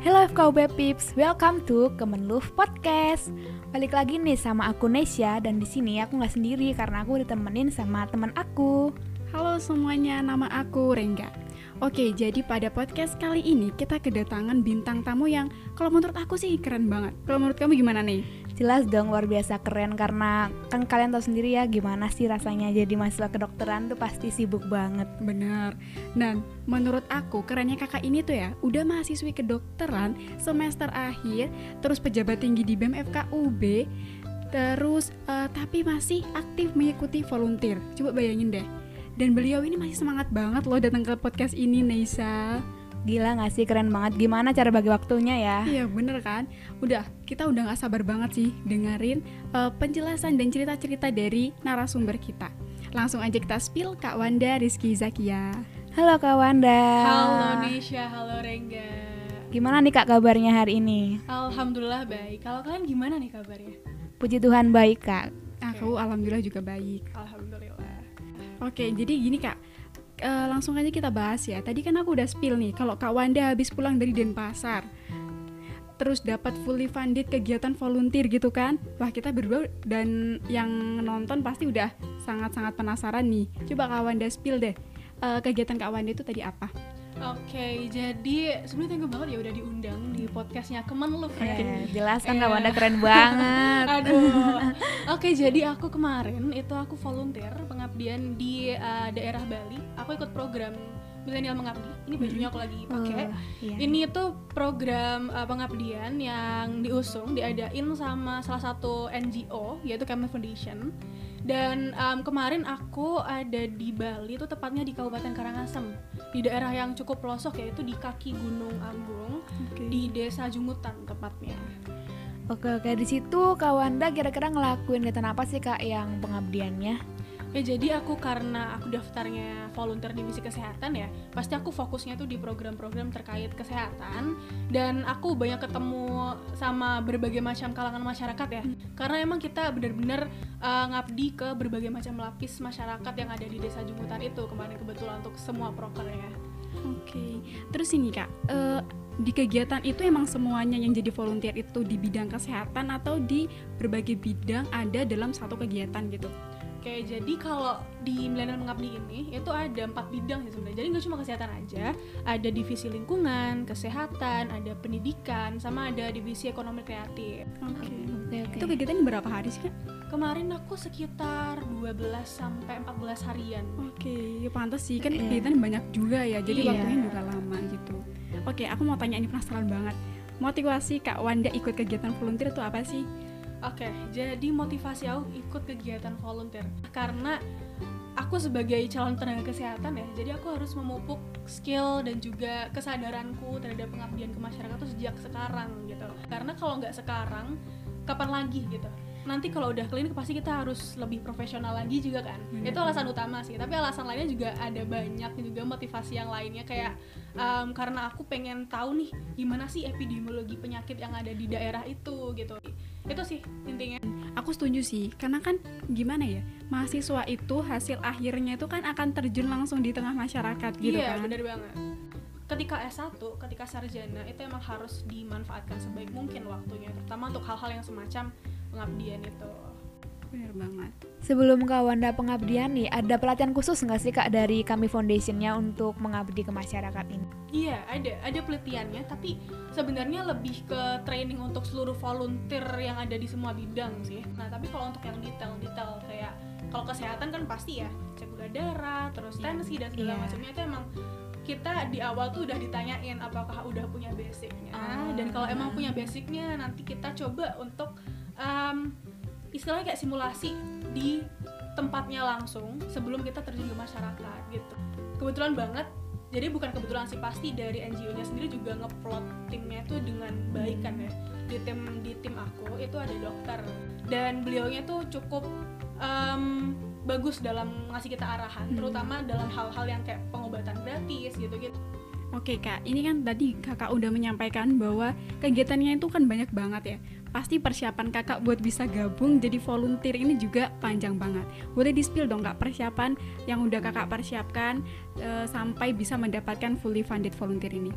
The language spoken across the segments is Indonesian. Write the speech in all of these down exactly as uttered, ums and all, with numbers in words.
Hello F K U B Pips, welcome to Kemenluf Podcast. Balik lagi nih sama aku Nesya, dan di sini aku nggak sendiri karena aku ditemenin sama teman aku. Halo semuanya, nama aku Rengga. Oke, jadi pada podcast kali ini kita kedatangan bintang tamu yang kalau menurut aku sih keren banget. Kalau menurut kamu gimana nih? Jelas dong, luar biasa keren karena kan kalian tahu sendiri ya gimana sih rasanya jadi mahasiswa kedokteran tuh pasti sibuk banget. Bener. Dan menurut aku kerennya kakak ini tuh ya udah mahasiswi kedokteran semester akhir, terus pejabat tinggi di B E M F K U B, terus uh, tapi masih aktif mengikuti volunteer. Coba bayangin deh. Dan beliau ini masih semangat banget loh datang ke podcast ini, Neisa. Gila gak sih, keren banget. Gimana cara bagi waktunya ya? Iya bener kan. Udah, kita udah gak sabar banget sih dengerin uh, penjelasan dan cerita-cerita dari narasumber kita. Langsung aja kita spill Kak Wanda Rizky Zakia. Halo Kak Wanda. Halo Nesya, halo Rengga. Gimana nih Kak kabarnya hari ini? Alhamdulillah baik. Kalau kalian gimana nih kabarnya? Puji Tuhan baik Kak. Aku okay. Alhamdulillah juga baik. Alhamdulillah. Oke, jadi gini Kak, uh, langsung aja kita bahas ya. Tadi kan aku udah spill nih, kalau Kak Wanda habis pulang dari Denpasar, terus dapat fully funded kegiatan volunteer gitu kan. Wah, kita berdua dan yang nonton pasti udah sangat-sangat penasaran nih. Coba Kak Wanda spill deh, uh, kegiatan Kak Wanda itu tadi apa? Oke, jadi sebenarnya thank you banget ya udah diundang di podcastnya Kemenluf ya. Eh, jelas kan Kak Wanda keren banget. Aduh. Oke, jadi aku kemarin itu aku volunteer pengabdian di uh, daerah Bali. Aku ikut program Milenial Mengabdi. Ini bajunya aku lagi pakai. Oh, iya. Ini itu program uh, pengabdian yang diusung, diadain sama salah satu N G O yaitu Camel Foundation. Dan um, kemarin aku ada di Bali, itu tepatnya di Kabupaten Karangasem, di daerah yang cukup pelosok yaitu di kaki Gunung Agung, okay. Di Desa Jungutan tepatnya. Oke oke, di situ Kak Wanda kira-kira ngelakuin kegiatan apa sih Kak yang pengabdiannya? Ya jadi aku karena aku daftarnya volunteer divisi kesehatan ya, pasti aku fokusnya tuh di program-program terkait kesehatan, dan aku banyak ketemu sama berbagai macam kalangan masyarakat ya, karena emang kita benar-benar uh, ngabdi ke berbagai macam lapis masyarakat yang ada di Desa Jungutan itu kemarin kebetulan untuk semua prokernya. Oke, okay. Terus ini Kak, uh, di kegiatan itu emang semuanya yang jadi volunteer itu di bidang kesehatan atau di berbagai bidang ada dalam satu kegiatan gitu? Oke, jadi kalau di Milenial Mengabdi ini itu ada empat bidang sih sebenarnya. Jadi nggak cuma kesehatan aja, ada divisi lingkungan, kesehatan, ada pendidikan, sama ada divisi ekonomi kreatif. Oke. Okay. Okay, okay. Itu kegiatan berapa hari sih Kak? Kemarin aku sekitar dua belas sampai empat belas harian. Oke, okay. Ya pantas sih kan yeah. kegiatan banyak juga ya. Jadi yeah. waktunya juga lama gitu. Oke, okay, aku mau tanya, ini penasaran banget. Motivasi Kak Wanda ikut kegiatan volunteer itu apa sih? Oke, okay, jadi motivasi aku ikut kegiatan volunteer karena aku sebagai calon tenaga kesehatan ya, jadi aku harus memupuk skill dan juga kesadaranku terhadap pengabdian ke masyarakat tuh sejak sekarang gitu. Karena kalau nggak sekarang, kapan lagi gitu? Nanti kalau udah klinik pasti kita harus lebih profesional lagi juga kan. Hmm. Itu alasan utama sih, tapi alasan lainnya juga ada banyak juga motivasi yang lainnya kayak um, karena aku pengen tahu nih gimana sih epidemiologi penyakit yang ada di daerah itu gitu. Itu sih intinya. Aku setuju sih, karena kan gimana ya, mahasiswa itu hasil akhirnya itu kan akan terjun langsung di tengah masyarakat gitu iya, kan. Iya benar banget. Ketika S satu, ketika sarjana itu emang harus dimanfaatkan sebaik mungkin waktunya, terutama untuk hal-hal yang semacam pengabdian itu. Benar banget. Sebelum Kak Wanda pengabdian nih, ada pelatihan khusus nggak sih Kak dari kami Foundation-nya untuk mengabdi ke masyarakat ini? Iya, ada, ada pelatihannya, tapi sebenarnya lebih ke training untuk seluruh volunteer yang ada di semua bidang sih. Nah, tapi kalau untuk yang detail-detail kayak kalau kesehatan kan pasti ya, cek gula darah, terus tensi dan segala yeah. macamnya itu emang kita di awal tuh udah ditanyain apakah udah punya basicnya, oh, dan kalau emang punya basicnya nanti kita coba untuk um, istilahnya kayak simulasi di tempatnya langsung sebelum kita terjun ke masyarakat gitu. Kebetulan banget, jadi bukan kebetulan sih, pasti dari N G O-nya sendiri juga ngeplot timnya tuh dengan baik kan ya. Di tim di tim aku itu ada dokter dan beliaunya tuh cukup um, bagus dalam ngasih kita arahan, terutama dalam hal-hal yang kayak pengobatan gratis gitu-gitu. Oke Kak, ini kan tadi Kakak udah menyampaikan bahwa kegiatannya itu kan banyak banget ya. Pasti persiapan Kakak buat bisa gabung jadi volunteer ini juga panjang banget. Boleh di-spill dong Kak persiapan yang udah Kakak persiapkan e, sampai bisa mendapatkan fully funded volunteer ini?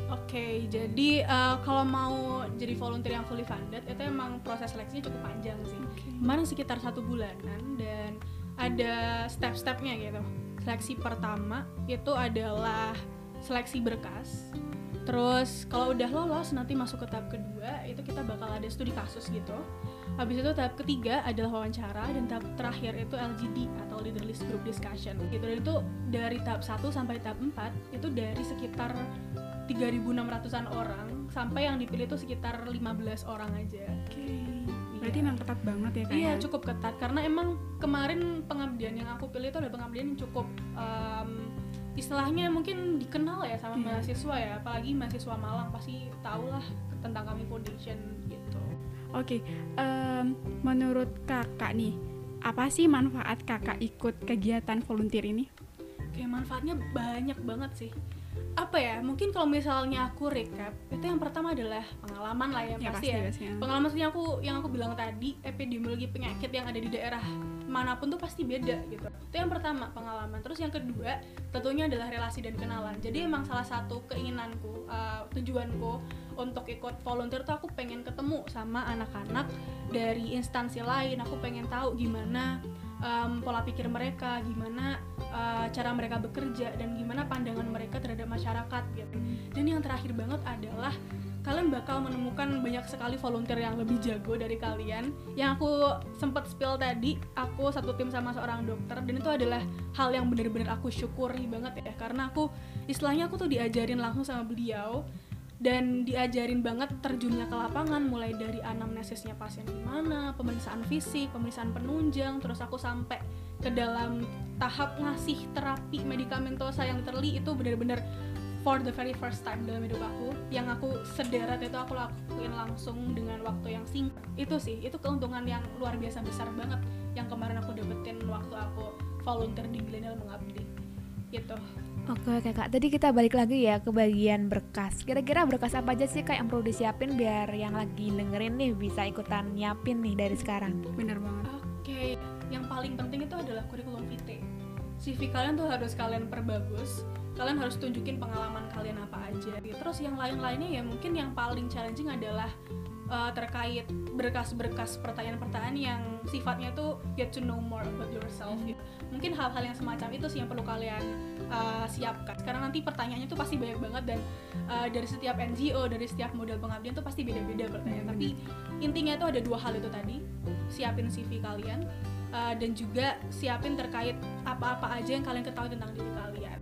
Oke, jadi uh, kalau mau jadi volunteer yang fully funded itu emang proses seleksinya cukup panjang sih. Okay. Kemarin sekitar satu bulanan dan ada step-stepnya gitu. Seleksi pertama itu adalah seleksi berkas. Terus kalau udah lolos nanti masuk ke tahap kedua itu kita bakal ada studi kasus gitu. Habis itu tahap ketiga adalah wawancara dan tahap terakhir itu L G D atau Leaderless Group Discussion gitu. Dan itu dari tahap satu sampai tahap empat itu dari sekitar tiga ribu enam ratusan orang sampai yang dipilih itu sekitar lima belas orang aja. Oke. Okay. Berarti Iya. emang ketat banget ya kayaknya. Iya, cukup ketat karena emang kemarin pengabdian yang aku pilih itu adalah pengabdian yang cukup um, istilahnya mungkin dikenal ya sama Iya. mahasiswa ya, apalagi mahasiswa Malang pasti tahu lah tentang kami foundation gitu. Oke, okay. um, menurut kakak nih, apa sih manfaat kakak ikut kegiatan volunteer ini? Kayak manfaatnya banyak banget sih. Apa ya, mungkin kalau misalnya aku recap, itu yang pertama adalah pengalaman lah ya, Ya, pasti, pasti, ya pasti, ya. pengalaman maksudnya aku, yang aku bilang tadi, epidemiologi penyakit yang ada di daerah manapun tuh pasti beda gitu. Itu yang pertama, pengalaman. Terus yang kedua, tentunya adalah relasi dan kenalan. Jadi emang salah satu keinginanku, uh, tujuanku untuk ikut volunteer tuh aku pengen ketemu sama anak-anak dari instansi lain. Aku pengen tahu gimana Um, pola pikir mereka, gimana uh, cara mereka bekerja, dan gimana pandangan mereka terhadap masyarakat gitu. Dan yang terakhir banget adalah kalian bakal menemukan banyak sekali volunteer yang lebih jago dari kalian. Yang aku sempat spill tadi, aku satu tim sama seorang dokter, dan itu adalah hal yang benar-benar aku syukuri banget ya, karena aku istilahnya aku tuh diajarin langsung sama beliau dan diajarin banget terjunnya ke lapangan, mulai dari anamnesisnya pasien gimana, pemeriksaan fisik, pemeriksaan penunjang, terus aku sampai ke dalam tahap ngasih terapi medikamentosa yang literally itu benar-benar for the very first time dalam hidup aku. Yang aku sederet itu aku lakuin langsung dengan waktu yang singkat. Itu sih, itu keuntungan yang luar biasa besar banget yang kemarin aku dapetin waktu aku volunteer di Glenelg mengabdi gitu. Oke oke kak, tadi kita balik lagi ya ke bagian berkas. Kira-kira berkas apa aja sih kak yang perlu disiapin biar yang lagi dengerin nih bisa ikutan nyiapin nih dari sekarang? Bener banget. Oke, yang paling penting itu adalah kurikulum vitae. C V kalian tuh harus kalian perbagus. Kalian harus tunjukin pengalaman kalian apa aja. Terus yang lain-lainnya ya mungkin yang paling challenging adalah uh, terkait berkas-berkas pertanyaan-pertanyaan yang sifatnya tuh get to know more about yourself gitu. Mungkin hal-hal yang semacam itu sih yang perlu kalian uh, siapkan. Karena nanti pertanyaannya tuh pasti banyak banget dan uh, dari setiap N G O, dari setiap model pengabdian tuh pasti beda-beda pertanyaan. Tapi intinya itu ada dua hal itu tadi. Siapin C V kalian uh, dan juga siapin terkait apa-apa aja yang kalian ketahui tentang diri kalian.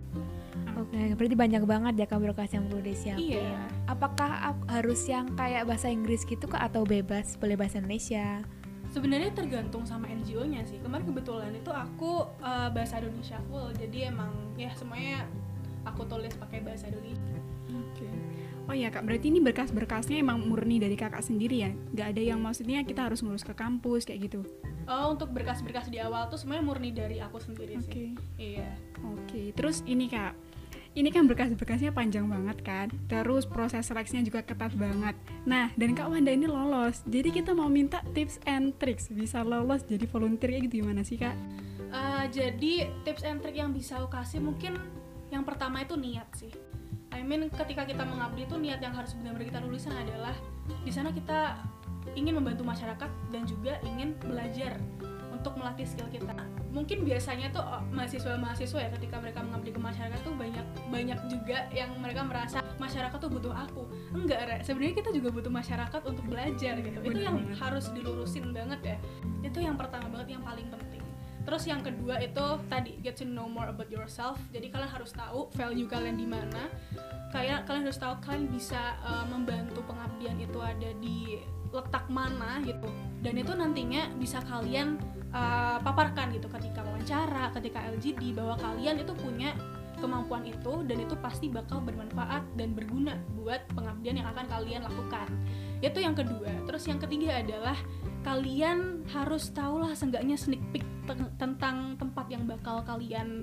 Oke, berarti banyak banget ya kak berkas yang perlu disiapin. Iya. Apakah ap- harus yang kayak bahasa Inggris gitu kak atau bebas, boleh bahasa Indonesia? Sebenarnya tergantung sama N G O-nya sih. Kemarin kebetulan itu aku uh, bahasa Indonesia full, jadi emang ya semuanya aku tulis pakai bahasa Indonesia. Oke. Okay. Oh iya kak, berarti ini berkas-berkasnya emang murni dari kakak sendiri ya? Gak ada yang maksudnya kita harus ngurus ke kampus kayak gitu? Oh, untuk berkas-berkas di awal tuh semuanya murni dari aku sendiri Oke. sih. Iya. Oke, okay. Terus ini kak, ini kan berkas-berkasnya panjang banget kan, terus proses seleksinya juga ketat banget. Nah, dan Kak Wanda ini lolos, jadi kita mau minta tips and tricks bisa lolos jadi volunteer kayak gitu gimana sih Kak? Uh, jadi tips and trick yang bisa aku kasih mungkin yang pertama itu niat sih. I mean ketika kita mengabdi itu niat yang harus benar-benar kita tuliskan adalah di sana kita ingin membantu masyarakat dan juga ingin belajar untuk melatih skill kita. Mungkin biasanya tuh mahasiswa-mahasiswa ya ketika mereka mengabdi ke masyarakat tuh banyak banyak juga yang mereka merasa masyarakat tuh butuh aku. Enggak, Re. Sebenarnya kita juga butuh masyarakat untuk belajar gitu. Itu yang harus dilurusin banget ya. Itu yang pertama banget, yang paling penting. Terus yang kedua itu tadi get to know more about yourself. Jadi kalian harus tahu value kalian di mana. Kayak kalian harus tahu kalian bisa uh, membantu pengabdian itu ada di letak mana gitu. Dan itu nantinya bisa kalian uh, paparkan gitu ketika wawancara, ketika L G D bahwa kalian itu punya kemampuan itu dan itu pasti bakal bermanfaat dan berguna buat pengabdian yang akan kalian lakukan. Itu yang kedua. Terus yang ketiga adalah kalian harus tahulah seenggaknya sneak peek te- tentang tempat yang bakal kalian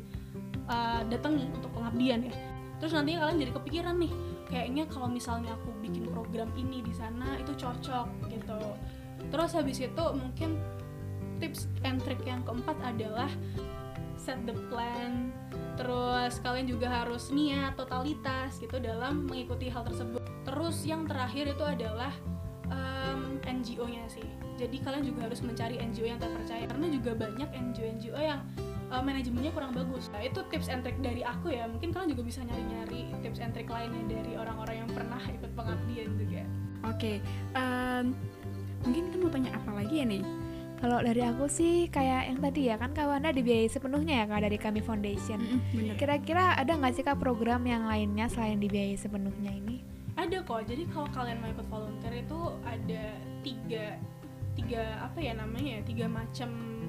uh, datangi untuk pengabdian ya. Terus nantinya kalian jadi kepikiran nih, kayaknya kalau misalnya aku bikin program ini di sana itu cocok gitu. Terus habis itu mungkin tips and trick yang keempat adalah set the plan, Terus kalian juga harus niat, totalitas gitu dalam mengikuti hal tersebut. Terus yang terakhir itu adalah um, N G O-nya sih. Jadi kalian juga harus mencari N G O yang terpercaya, karena juga banyak N G O-N G O yang uh, manajemennya kurang bagus. Nah, itu tips and trick dari aku ya. Mungkin kalian juga bisa nyari-nyari tips and trick lainnya dari orang-orang yang pernah ikut pengabdian juga. Oke, okay. um, mungkin kita mau tanya apa lagi ya nih? Kalau dari aku sih kayak yang tadi ya, kan Kak Wanda dibiayai sepenuhnya ya Kak dari Kami Foundation. Mm-mm, Kira-kira ada nggak sih Kak program yang lainnya selain dibiayai sepenuhnya ini? Ada kok. Jadi kalau kalian mau ikut volunteer itu ada tiga tiga apa ya namanya ya tiga macam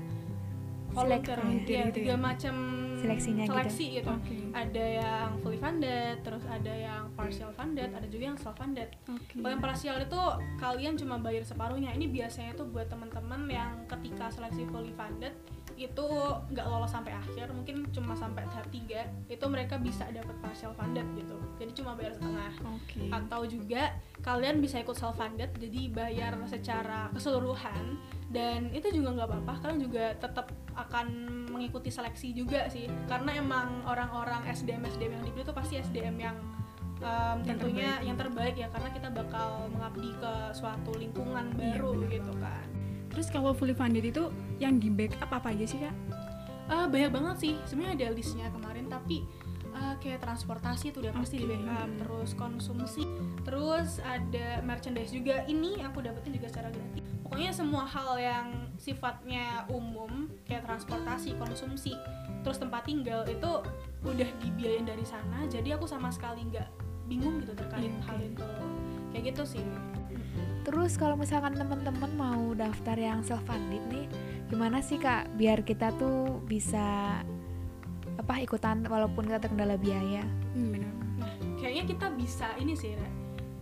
volunteer, Selek- ya, gitu tiga ya? macam Seleksinya gitu. seleksi gitu. Oke. Ada yang fully funded, terus ada yang partial funded, ada juga yang self funded. Oke. Kalau yang partial itu kalian cuma bayar separuhnya. Ini biasanya tuh buat teman-teman yang ketika seleksi fully funded itu nggak lolos sampai akhir, mungkin cuma sampai tahap tiga, itu mereka bisa dapat partial funded gitu. Jadi cuma bayar setengah. Oke. Atau juga kalian bisa ikut self funded, jadi bayar secara keseluruhan, dan itu juga nggak apa-apa. Kalian juga tetap akan mengikuti seleksi juga sih, karena emang orang-orang S D M S D M yang dipilih itu pasti S D M yang um, Yang tentunya terbaik. yang terbaik ya, karena kita bakal mengabdi ke suatu lingkungan Iya, baru benar gitu banget. kan. Terus kalau fully funded itu yang di backup apa aja sih Kak? Uh, banyak banget sih, sebenarnya ada listnya kemarin, tapi uh, kayak transportasi itu udah pasti di Oke. backup, terus konsumsi, terus ada merchandise juga. Ini aku dapetin juga secara gratis. Pokoknya semua hal yang sifatnya umum kayak transportasi, konsumsi, terus tempat tinggal itu udah dibiayain dari sana. Jadi aku sama sekali nggak bingung gitu terkait Oke. hal itu. Kayak gitu sih. Terus kalau misalkan teman-teman mau daftar yang self funded nih, gimana sih Kak biar kita tuh bisa apa ikutan walaupun kita terkendala biaya? Hmm, benar. Nah, kayaknya kita bisa ini sih, Ra.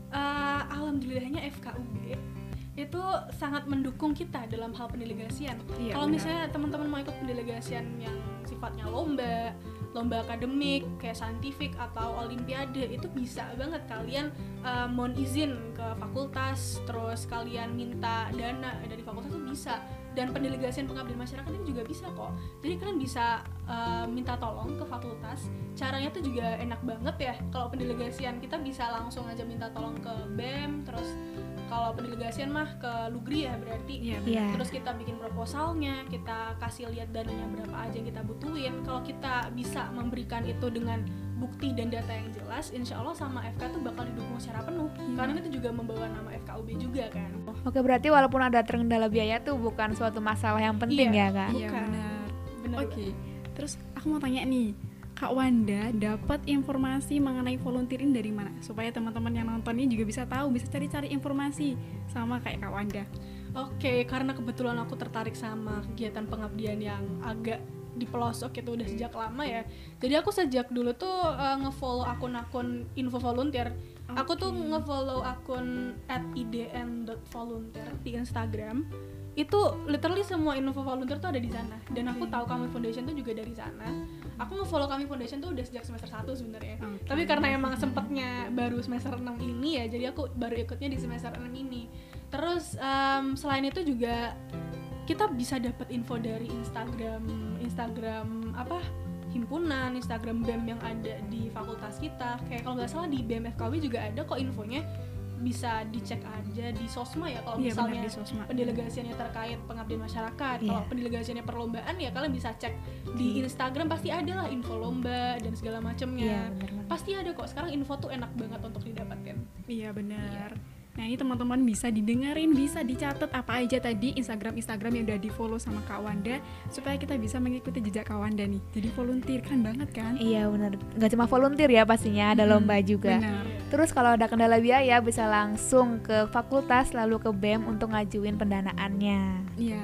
Uh, alhamdulillahnya F K U B itu sangat mendukung kita dalam hal pendelegasian. Iya, Kalau benar. misalnya teman-teman mau ikut pendelegasian yang sifatnya lomba, lomba akademik kayak saintifik atau olimpiade, itu bisa banget kalian uh, mohon izin ke fakultas, terus kalian minta dana dari fakultas itu bisa. Dan pendelegasian pengabdian masyarakat ini juga bisa kok. Jadi kalian bisa uh, minta tolong ke fakultas. Caranya tuh juga enak banget ya. Kalau pendelegasian kita bisa langsung aja minta tolong ke B E M, terus kalau pendelegasian mah ke Lugri ya berarti. Iya. Iya. Terus kita bikin proposalnya, kita kasih lihat dananya berapa aja yang kita butuhin. Kalau kita bisa memberikan itu dengan bukti dan data yang jelas, insya Allah sama F K tuh bakal didukung secara penuh. Hmm. Karena itu juga membawa nama F K U B juga kan. Oke, berarti walaupun ada terkendala biaya tuh bukan suatu masalah yang penting Iya. ya Kak? Iya, Bukan. benar. Bener. Oke. Terus aku mau tanya nih, Kak Wanda dapat informasi mengenai volunteering dari mana? Supaya teman-teman yang nonton ini juga bisa tahu, bisa cari-cari informasi sama kayak Kak Wanda. Oke, karena kebetulan aku tertarik sama kegiatan pengabdian yang agak di pelosok itu udah sejak lama ya. Jadi aku sejak dulu tuh uh, nge-follow akun-akun info volunteer. Aku tuh Oke. nge-follow akun at i d n dot volunteer di Instagram. Itu literally semua info volunteer tuh ada di sana. Dan aku Oke. tahu Kami Foundation tuh juga dari sana. Aku nge-follow Kami Foundation tuh udah sejak semester satu sebenarnya. Oke. Tapi karena emang sempetnya baru semester enam ini ya, jadi aku baru ikutnya di semester enam ini. Terus um, selain itu juga kita bisa dapat info dari Instagram Instagram apa himpunan, Instagram B E M yang ada di fakultas kita. Kayak kalau nggak salah di B E M F K W juga ada kok infonya. Bisa dicek aja di Sosma ya kalau Iya, misalnya benar, di Sosma. pendelegasiannya terkait pengabdian masyarakat. Iya. Kalau pendelegasiannya perlombaan ya kalian bisa cek di Instagram, pasti ada lah info lomba dan segala Iya, macamnya. benar banget. Pasti ada kok. Sekarang info tuh enak banget untuk didapatkan. Iya benar. Nah ini teman-teman bisa didengerin, bisa dicatat apa aja tadi Instagram-Instagram yang udah di follow sama Kak Wanda, supaya kita bisa mengikuti jejak Kak Wanda nih. Jadi volunteer, keren banget kan? Iya benar, nggak cuma volunteer ya pastinya, ada Hmm, lomba juga. Benar. Terus kalau ada kendala biaya bisa langsung ke fakultas lalu ke B E M untuk ngajuin pendanaannya. Iya.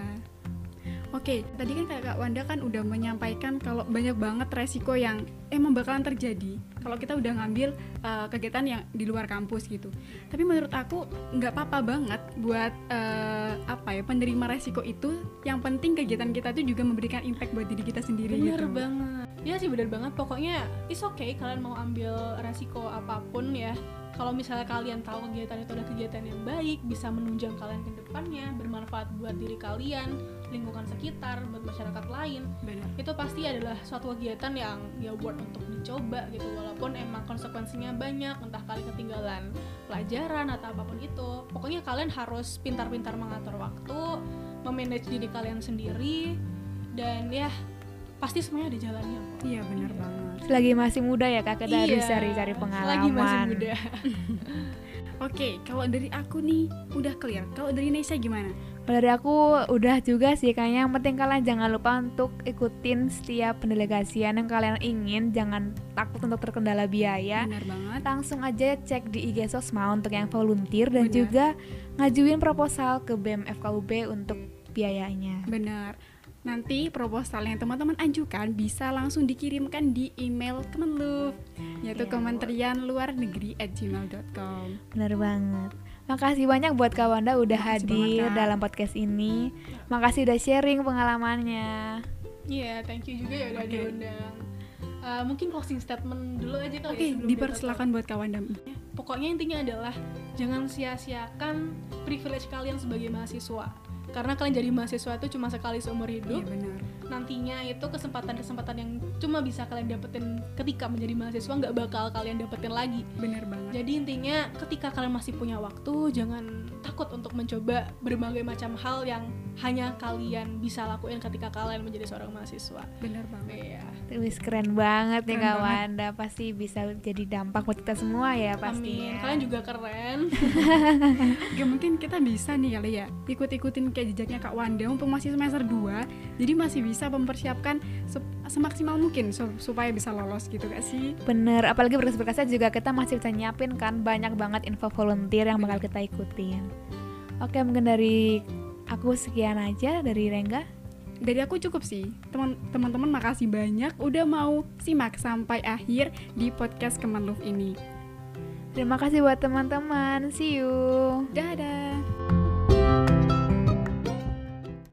Oke, tadi kan kayak Kak Wanda kan udah menyampaikan kalau banyak banget resiko yang emang bakalan terjadi kalau kita udah ngambil uh, kegiatan yang di luar kampus gitu. Tapi menurut aku nggak apa-apa banget buat uh, apa ya penerima resiko itu. Yang penting kegiatan kita tuh juga memberikan impact buat diri kita sendiri Bener gitu. banget. Iya sih bener banget. Pokoknya it's okay kalian mau ambil resiko apapun ya. Kalau misalnya kalian tahu kegiatan itu adalah kegiatan yang baik, bisa menunjang kalian ke depannya, bermanfaat buat diri kalian, lingkungan sekitar, buat masyarakat lain. Benar. Itu pasti adalah suatu kegiatan yang ya worth untuk dicoba gitu, walaupun emang konsekuensinya banyak, entah kalian ketinggalan pelajaran atau apapun itu. Pokoknya kalian harus pintar-pintar mengatur waktu, memanage diri kalian sendiri, dan ya pasti semuanya ada jalannya kok. Iya benar banget. Selagi masih muda ya kak, kita Iya, harus cari-cari pengalaman. selagi masih muda. Oke, kalau dari aku nih udah clear. Kalau dari Neisa gimana? Kalau dari aku udah juga sih, kayaknya yang penting kalian jangan lupa untuk ikutin setiap pendelegasian yang kalian ingin, jangan takut untuk terkendala biaya. Benar banget. Langsung aja cek di I G Sosma untuk yang volunteer dan Benar. juga ngajuin proposal ke B E M F K U B untuk biayanya. Benar. Nanti proposal yang teman-teman ajukan bisa langsung dikirimkan di email Kemenlu, yaitu Iya. Kementerian Luar Negeri at gmail dot com. Bener banget. Makasih banyak buat Kak Wanda udah Makasih hadir banget, Kak. dalam podcast ini. Makasih udah sharing pengalamannya. Iya, thank you juga ya udah Oke. diundang. Uh, mungkin closing statement dulu aja kali Oke, ya sebelum dipersilakan buat Kak Wanda. kita tutup. Pokoknya intinya adalah jangan sia-siakan privilege kalian sebagai mahasiswa. Karena kalian jadi mahasiswa itu cuma sekali seumur hidup. Iya benar. Nantinya itu kesempatan-kesempatan yang cuma bisa kalian dapetin ketika menjadi mahasiswa nggak bakal kalian dapetin lagi. Benar banget. Jadi intinya ketika kalian masih punya waktu, jangan takut untuk mencoba berbagai macam hal yang hanya kalian bisa lakuin ketika kalian menjadi seorang mahasiswa. Benar banget. Iya. Wis keren banget nih Keren Kak banget. Wanda. Pasti bisa jadi dampak buat kita semua ya pastinya. Amin. Kalian juga keren. Oke, mungkin kita bisa nih kali ya ikut-ikutin kayak jejaknya Kak Wanda mumpung masih semester dua. Jadi masih bisa mempersiapkan se- semaksimal mungkin su- supaya bisa lolos gitu gak sih? Bener, apalagi berkas-berkasnya juga kita masih bisa nyiapin kan banyak banget info volunteer yang bakal kita ikutin. Oke, mungkin dari aku sekian aja, dari Rengga. Dari aku cukup sih. Teman- Teman-teman makasih banyak udah mau simak sampai akhir di podcast Kemenlu ini. Terima kasih buat teman-teman. See you. Dadah.